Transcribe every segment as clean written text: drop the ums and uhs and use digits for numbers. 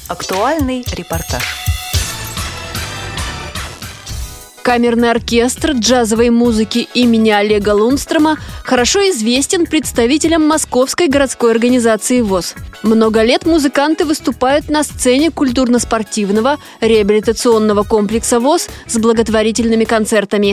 Актуальный репортаж. Камерный оркестр джазовой музыки имени Олега Лундстрома хорошо известен представителям Московской городской организации ВОС. Много лет музыканты выступают на сцене культурно-спортивного реабилитационного комплекса ВОС с благотворительными концертами.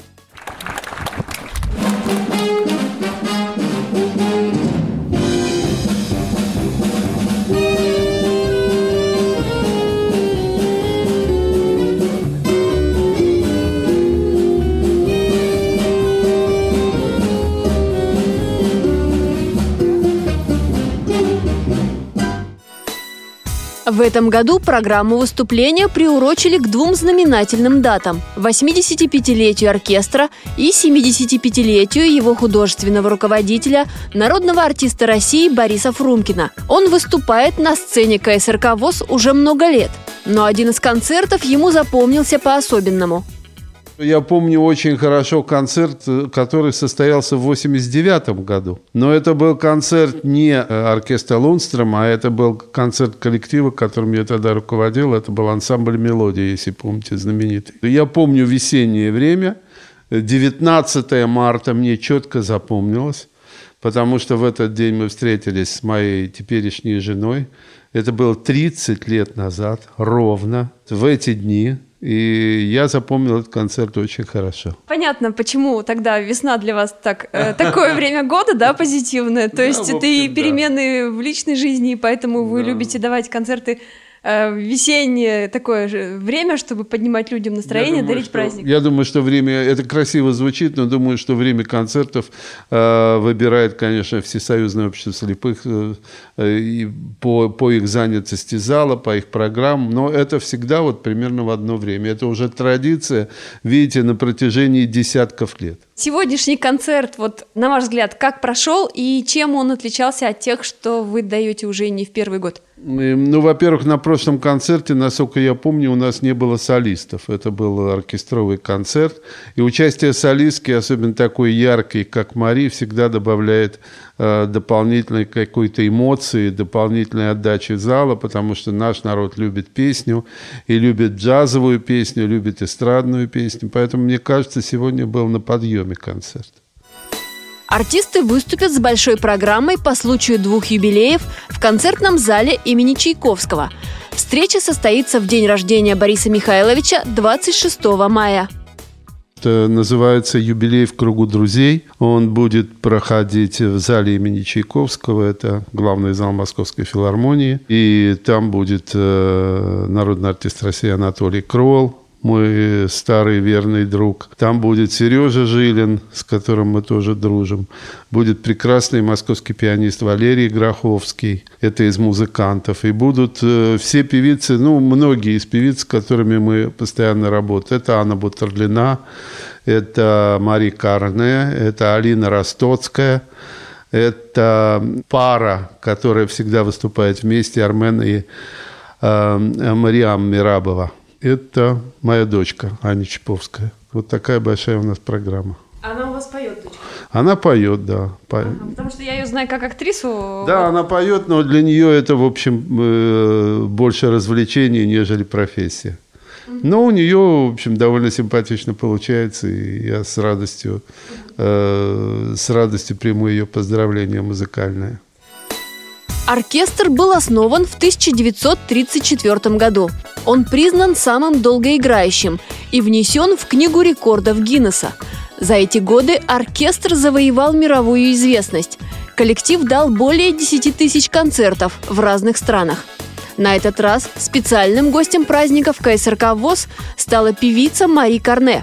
В этом году программу выступления приурочили к двум знаменательным датам – 85-летию оркестра и 75-летию его художественного руководителя, народного артиста России Бориса Фрумкина. Он выступает на сцене КСРК ВОС уже много лет, но один из концертов ему запомнился по-особенному. Я помню очень хорошо концерт, который состоялся в 1989 году. Но это был концерт не оркестра Лундстрома, а это был концерт коллектива, которым я тогда руководил. Это был ансамбль «Мелодия», если помните, знаменитый. Я помню весеннее время, 19 марта мне четко запомнилось, потому что в этот день мы встретились с моей теперешней женой. Это было 30 лет назад, ровно, в эти дни. И я запомнил этот концерт очень хорошо. Понятно, почему тогда весна для вас такое время года, да, позитивное. То есть это и перемены в личной жизни, и поэтому вы любите давать концерты весеннее такое же время, чтобы поднимать людям настроение, дарить праздник. Я думаю, что время, это красиво звучит, но думаю, что время концертов выбирает, конечно, Всесоюзное общество слепых по их занятости зала, по их программам, но это всегда вот примерно в одно время. Это уже традиция, видите, на протяжении десятков лет. Сегодняшний концерт, вот на ваш взгляд, как прошел и чем он отличался от тех, что вы даете уже не в первый год? Ну, во-первых, на прошлом концерте, насколько я помню, у нас не было солистов. Это был оркестровый концерт. И участие солистки, особенно такой яркой, как Мари, всегда добавляет дополнительной какой-то эмоции, дополнительной отдачи зала, потому что наш народ любит песню, и любит джазовую песню, любит эстрадную песню. Поэтому, мне кажется, сегодня был на подъеме концерт. Артисты выступят с большой программой по случаю 2 юбилеев в концертном зале имени Чайковского. Встреча состоится в день рождения Бориса Михайловича 26 мая. Это называется «Юбилей в кругу друзей». Он будет проходить в зале имени Чайковского. Это главный зал Московской филармонии. И там будет народный артист России Анатолий Кролл, мой старый верный друг. Там будет Сережа Жилин, с которым мы тоже дружим. Будет прекрасный московский пианист Валерий Гроховский. Это из музыкантов. И будут все певицы, многие из певиц, с которыми мы постоянно работаем. Это Анна Бутерлина, это Мари Карне, это Алина Ростоцкая. Это пара, которая всегда выступает вместе, Армен и Мариам Мирабова. Это моя дочка, Аня Чаповская. Вот такая большая у нас программа. Она у вас поет, дочка? Она поет, да. Потому что я ее знаю как актрису. Да, она поет, но для нее это, в общем, больше развлечение, нежели профессия. Но у нее, в общем, довольно симпатично получается, и я с радостью приму ее поздравления музыкальные. Оркестр был основан в 1934 году. Он признан самым долгоиграющим и внесен в Книгу рекордов Гиннесса. За эти годы оркестр завоевал мировую известность. Коллектив дал более 10 тысяч концертов в разных странах. На этот раз специальным гостем праздников КСРК ВОС стала певица Мари Карне.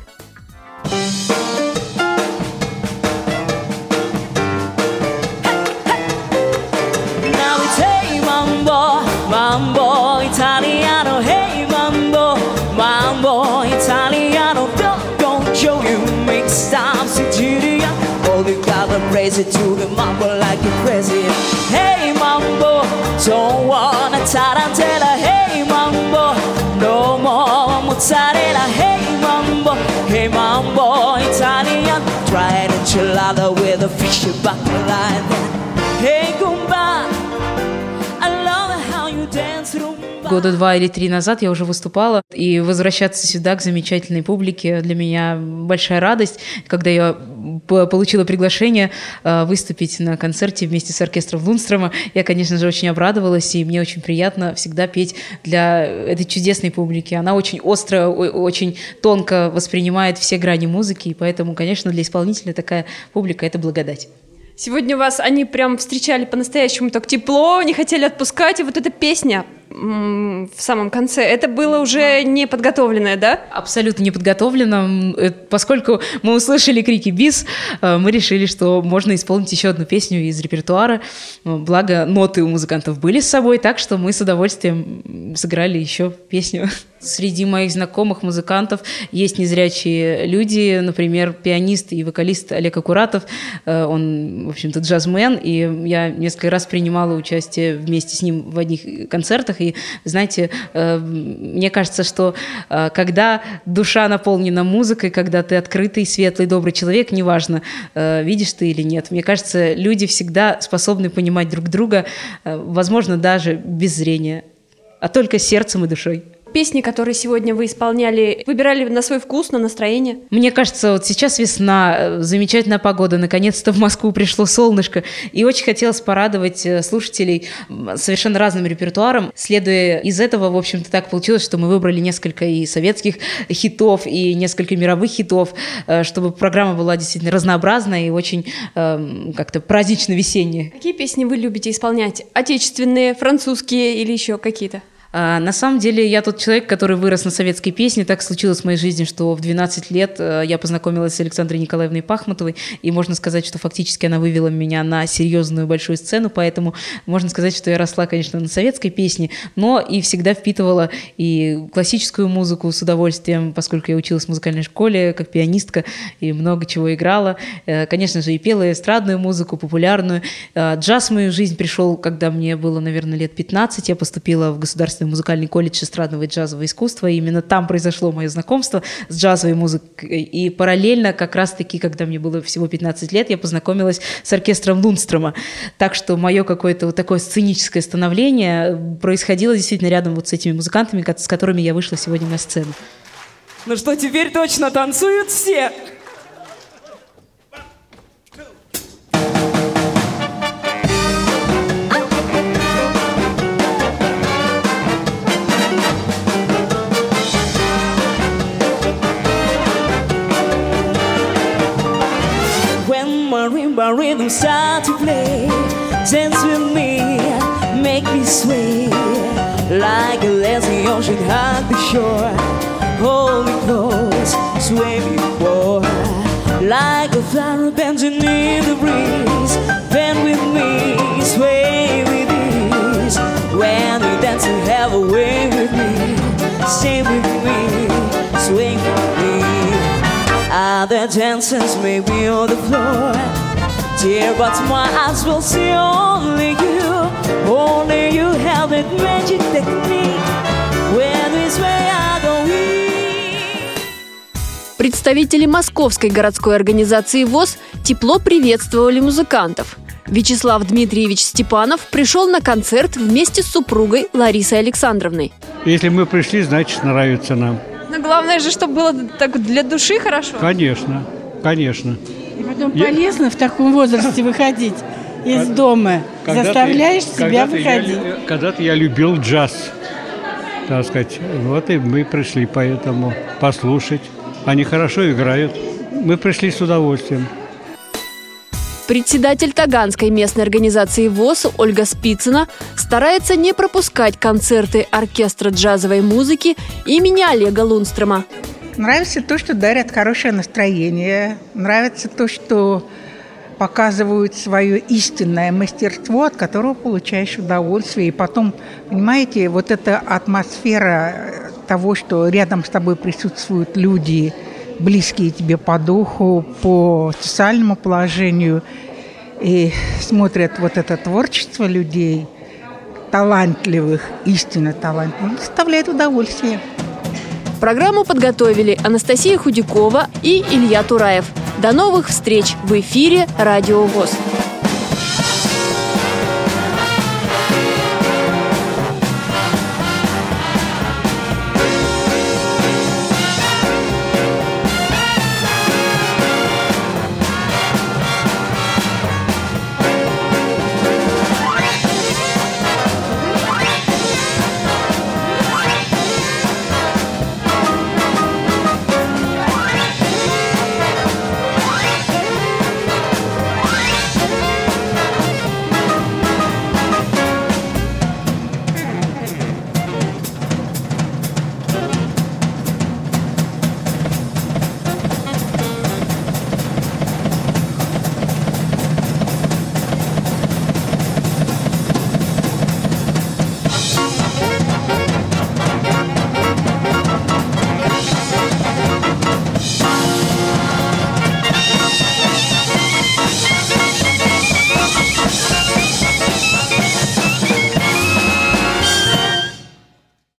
Mambo Italiano, hey mambo, mambo Italiano, don't show you make stop Sicilia. All you gotta praise it to the mambo like you're crazy. Hey mambo, don't wanna tarantella. Hey mambo, no more mozzarella. Hey mambo Italian, try an enchilada with a fish bacala. Hey Goomba, I love how you dance rumba. года 2 или 3 назад я уже выступала, и возвращаться сюда к замечательной публике для меня большая радость, когда я получила приглашение выступить на концерте вместе с оркестром Лундстрома. Я, конечно же, очень обрадовалась, и мне очень приятно всегда петь для этой чудесной публики. Она очень остро, очень тонко воспринимает все грани музыки, и поэтому, конечно, для исполнителя такая публика – это благодать. Сегодня вас они прям встречали по-настоящему так тепло, не хотели отпускать, и вот эта песня в самом конце, это было уже не подготовленное, да? Абсолютно не подготовлено. Поскольку мы услышали крики «бис», мы решили, что можно исполнить еще одну песню из репертуара. Благо, ноты у музыкантов были с собой, так что мы с удовольствием сыграли еще песню. Среди моих знакомых музыкантов есть незрячие люди, например, пианист и вокалист Олег Акуратов. Он, в общем-то, джазмен, и я несколько раз принимала участие вместе с ним в одних концертах. И, знаете, мне кажется, что когда душа наполнена музыкой, когда ты открытый, светлый, добрый человек, неважно, видишь ты или нет, мне кажется, люди всегда способны понимать друг друга, возможно, даже без зрения, а только сердцем и душой. Песни, которые сегодня вы исполняли, выбирали на свой вкус, на настроение? Мне кажется, вот сейчас весна, замечательная погода, наконец-то в Москву пришло солнышко, и очень хотелось порадовать слушателей совершенно разным репертуаром. Следуя из этого, в общем-то, так получилось, что мы выбрали несколько и советских хитов, и несколько мировых хитов, чтобы программа была действительно разнообразная и очень как-то празднично-весенняя. Какие песни вы любите исполнять? Отечественные, французские или еще какие-то? На самом деле, я тот человек, который вырос на советской песне. Так случилось в моей жизни, что в 12 лет я познакомилась с Александрой Николаевной Пахмутовой, и можно сказать, что фактически она вывела меня на серьезную большую сцену, поэтому можно сказать, что я росла, конечно, на советской песне, но и всегда впитывала и классическую музыку с удовольствием, поскольку я училась в музыкальной школе как пианистка и много чего играла. Конечно же, и пела эстрадную музыку, популярную. Джаз в мою жизнь пришел, когда мне было, наверное, лет 15. Я поступила в Государственный музыкальный колледж эстрадного и джазового искусства. И именно там произошло мое знакомство с джазовой музыкой. И параллельно, как раз-таки, когда мне было всего 15 лет, я познакомилась с оркестром Лундстрома. Так что мое какое-то вот такое сценическое становление происходило действительно рядом вот с этими музыкантами, с которыми я вышла сегодня на сцену. Ну что, теперь точно танцуют все? Marimba rhythm start to play. Dance with me, make me sway. Like a lazy ocean hug the shore. Hold me close, sway me more. Like a flower bending in the breeze. Bend with me, sway with ease. When we dance and have a way with me. Stay with me, sway with me. Other dancers may be on the floor, dear, but my eyes will see only you. Only you have that magic technique. When this way I go in. Представители Московской городской организации ВОС тепло приветствовали музыкантов. Вячеслав Дмитриевич Степанов пришел на концерт вместе с супругой Ларисой Александровной. Если мы пришли, значит, нравится нам. Но главное же, чтобы было так для души хорошо. Конечно, конечно. И потом полезно в таком возрасте выходить из дома. Заставляешь себя выходить. Когда-то я любил джаз, так сказать. Вот и мы пришли поэтому послушать. Они хорошо играют. Мы пришли с удовольствием. Председатель Таганской местной организации ВОС Ольга Спицына старается не пропускать концерты оркестра джазовой музыки имени Олега Лундстрома. Нравится то, что дарят хорошее настроение. Нравится то, что показывают свое истинное мастерство, от которого получаешь удовольствие. И потом, понимаете, вот эта атмосфера того, что рядом с тобой присутствуют люди, близкие тебе по духу, по социальному положению, и смотрят вот это творчество людей, талантливых, истинно талантливых, доставляет удовольствие. Программу подготовили Анастасия Худякова и Илья Тураев. До новых встреч в эфире «Радио ВОС».